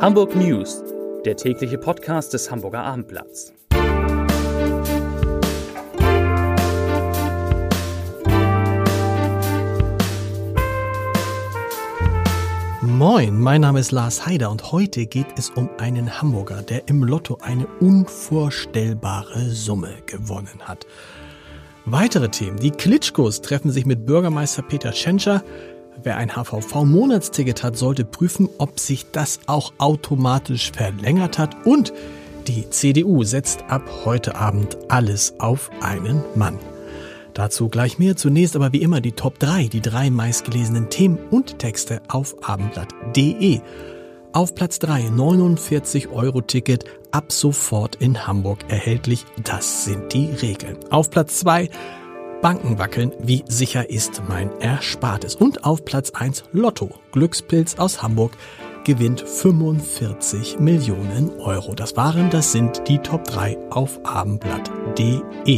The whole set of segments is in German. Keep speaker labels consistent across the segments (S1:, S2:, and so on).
S1: Hamburg News, der tägliche Podcast des Hamburger Abendblatts.
S2: Moin, mein Name ist Lars Heider und heute geht es um einen Hamburger, der im Lotto eine unvorstellbare Summe gewonnen hat. Weitere Themen: Die Klitschkos treffen sich mit Bürgermeister Peter Tschentscher. Wer ein HVV-Monatsticket hat, sollte prüfen, ob sich das auch automatisch verlängert hat. Und die CDU setzt ab heute Abend alles auf einen Mann. Dazu gleich mehr. Zunächst aber wie immer die Top 3, die 3 meistgelesenen Themen und Texte auf abendblatt.de. Auf Platz 3, 49-Euro-Ticket, ab sofort in Hamburg erhältlich. Das sind die Regeln. Auf Platz 2, Banken wackeln, wie sicher ist mein Erspartes. Und auf Platz 1, Lotto, Glückspilz aus Hamburg, gewinnt 45 Millionen Euro. Das sind die Top 3 auf abendblatt.de.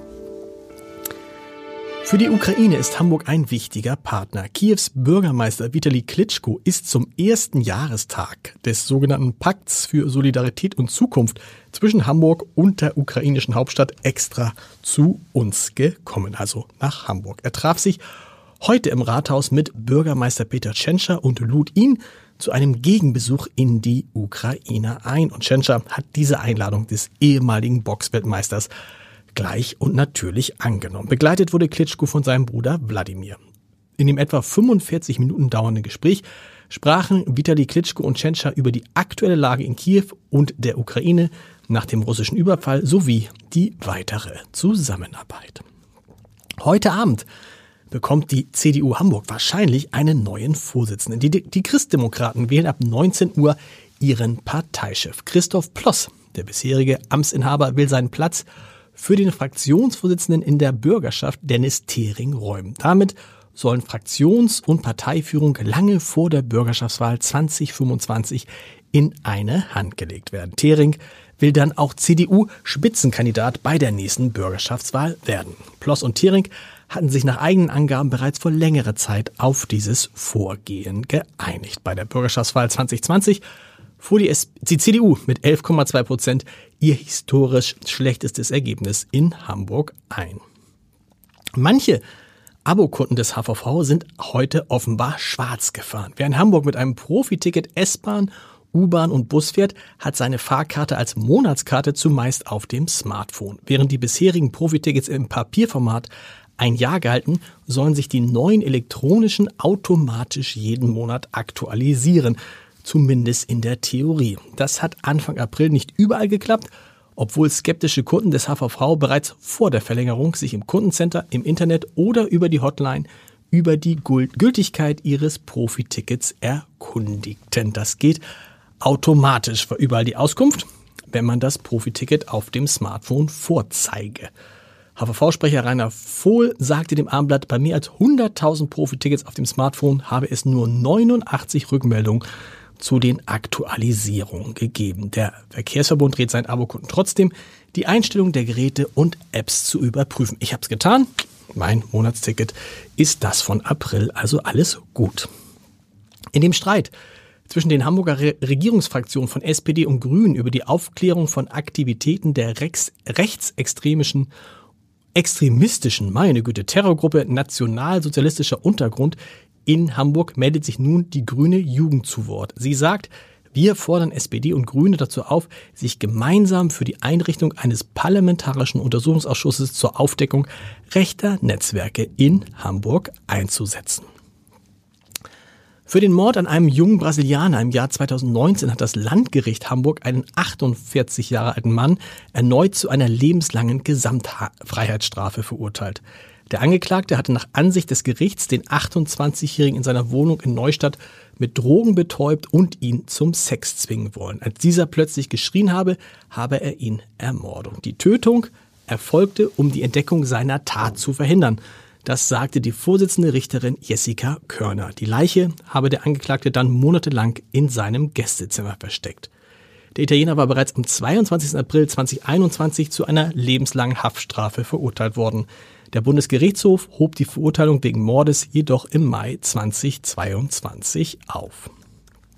S2: Für die Ukraine ist Hamburg ein wichtiger Partner. Kiews Bürgermeister Vitali Klitschko ist zum ersten Jahrestag des sogenannten Pakts für Solidarität und Zukunft zwischen Hamburg und der ukrainischen Hauptstadt extra zu uns gekommen, also nach Hamburg. Er traf sich heute im Rathaus mit Bürgermeister Peter Tschentscher und lud ihn zu einem Gegenbesuch in die Ukraine ein. Und Tschentscher hat diese Einladung des ehemaligen Boxweltmeisters gleich und natürlich angenommen. Begleitet wurde Klitschko von seinem Bruder Wladimir. In dem etwa 45 Minuten dauernden Gespräch sprachen Vitali Klitschko und Tschentscher über die aktuelle Lage in Kiew und der Ukraine nach dem russischen Überfall sowie die weitere Zusammenarbeit. Heute Abend bekommt die CDU Hamburg wahrscheinlich einen neuen Vorsitzenden. Die Christdemokraten wählen ab 19 Uhr ihren Parteichef. Christoph Ploss, der bisherige Amtsinhaber, will seinen Platz für den Fraktionsvorsitzenden in der Bürgerschaft Dennis Thering räumen. Damit sollen Fraktions- und Parteiführung lange vor der Bürgerschaftswahl 2025 in eine Hand gelegt werden. Thering will dann auch CDU-Spitzenkandidat bei der nächsten Bürgerschaftswahl werden. Ploss und Thering hatten sich nach eigenen Angaben bereits vor längerer Zeit auf dieses Vorgehen geeinigt. Bei der Bürgerschaftswahl 2020 fuhr die CDU mit 11,2% ihr historisch schlechtestes Ergebnis in Hamburg ein. Manche Abokunden des HVV sind heute offenbar schwarz gefahren. Wer in Hamburg mit einem Profiticket S-Bahn, U-Bahn und Bus fährt, hat seine Fahrkarte als Monatskarte zumeist auf dem Smartphone. Während die bisherigen Profitickets im Papierformat ein Jahr galten, sollen sich die neuen elektronischen automatisch jeden Monat aktualisieren. Zumindest in der Theorie. Das hat Anfang April nicht überall geklappt, obwohl skeptische Kunden des HVV bereits vor der Verlängerung sich im Kundencenter, im Internet oder über die Hotline über die Gültigkeit ihres Profitickets erkundigten. Das geht automatisch, war überall die Auskunft, wenn man das Profiticket auf dem Smartphone vorzeige. HVV-Sprecher Rainer Vohl sagte dem Abendblatt, bei mehr als 100.000 Profitickets auf dem Smartphone habe es nur 89 Rückmeldungen zu den Aktualisierungen gegeben. Der Verkehrsverbund rät seinen Abokunden trotzdem, die Einstellung der Geräte und Apps zu überprüfen. Ich habe es getan. Mein Monatsticket ist das von April, also alles gut. In dem Streit zwischen den Hamburger Regierungsfraktionen von SPD und Grünen über die Aufklärung von Aktivitäten der rechtsextremistischen Terrorgruppe Nationalsozialistischer Untergrund in Hamburg meldet sich nun die Grüne Jugend zu Wort. Sie sagt, wir fordern SPD und Grüne dazu auf, sich gemeinsam für die Einrichtung eines parlamentarischen Untersuchungsausschusses zur Aufdeckung rechter Netzwerke in Hamburg einzusetzen. Für den Mord an einem jungen Brasilianer im Jahr 2019 hat das Landgericht Hamburg einen 48 Jahre alten Mann erneut zu einer lebenslangen Gesamtfreiheitsstrafe verurteilt. Der Angeklagte hatte nach Ansicht des Gerichts den 28-Jährigen in seiner Wohnung in Neustadt mit Drogen betäubt und ihn zum Sex zwingen wollen. Als dieser plötzlich geschrien habe er ihn ermordet. Die Tötung erfolgte, um die Entdeckung seiner Tat zu verhindern. Das sagte die Vorsitzende Richterin Jessica Körner. Die Leiche habe der Angeklagte dann monatelang in seinem Gästezimmer versteckt. Der Italiener war bereits am 22. April 2021 zu einer lebenslangen Haftstrafe verurteilt worden. Der Bundesgerichtshof hob die Verurteilung wegen Mordes jedoch im Mai 2022 auf.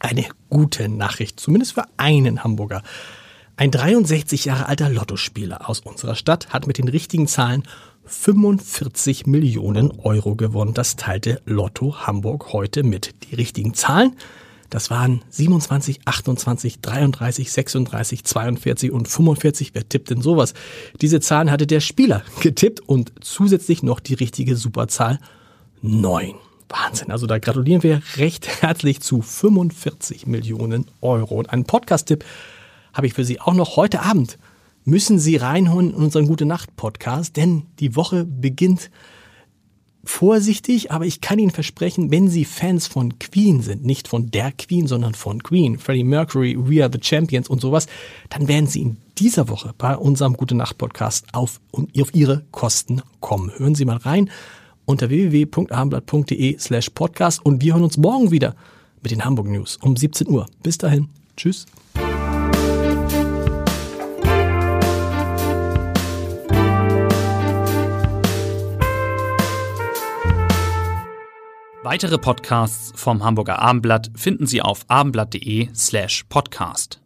S2: eine gute Nachricht, zumindest für einen Hamburger. Ein 63 Jahre alter Lottospieler aus unserer Stadt hat mit den richtigen Zahlen 45 Millionen Euro gewonnen. Das teilte Lotto Hamburg heute mit. Die richtigen Zahlen, das waren 27, 28, 33, 36, 42 und 45. Wer tippt denn sowas? Diese Zahlen hatte der Spieler getippt und zusätzlich noch die richtige Superzahl 9. Wahnsinn, also da gratulieren wir recht herzlich zu 45 Millionen Euro. Und einen Podcast-Tipp habe ich für Sie auch noch heute Abend. Müssen Sie reinholen in unseren Gute-Nacht-Podcast, denn die Woche beginnt vorsichtig, aber ich kann Ihnen versprechen, wenn Sie Fans von Queen sind, nicht von der Queen, sondern von Queen, Freddie Mercury, We Are the Champions und sowas, dann werden Sie in dieser Woche bei unserem Gute-Nacht-Podcast auf Ihre Kosten kommen. Hören Sie mal rein unter www.abendblatt.de/podcast und wir hören uns morgen wieder mit den Hamburg News um 17 Uhr. Bis dahin. Tschüss.
S1: Weitere Podcasts vom Hamburger Abendblatt finden Sie auf abendblatt.de/podcast.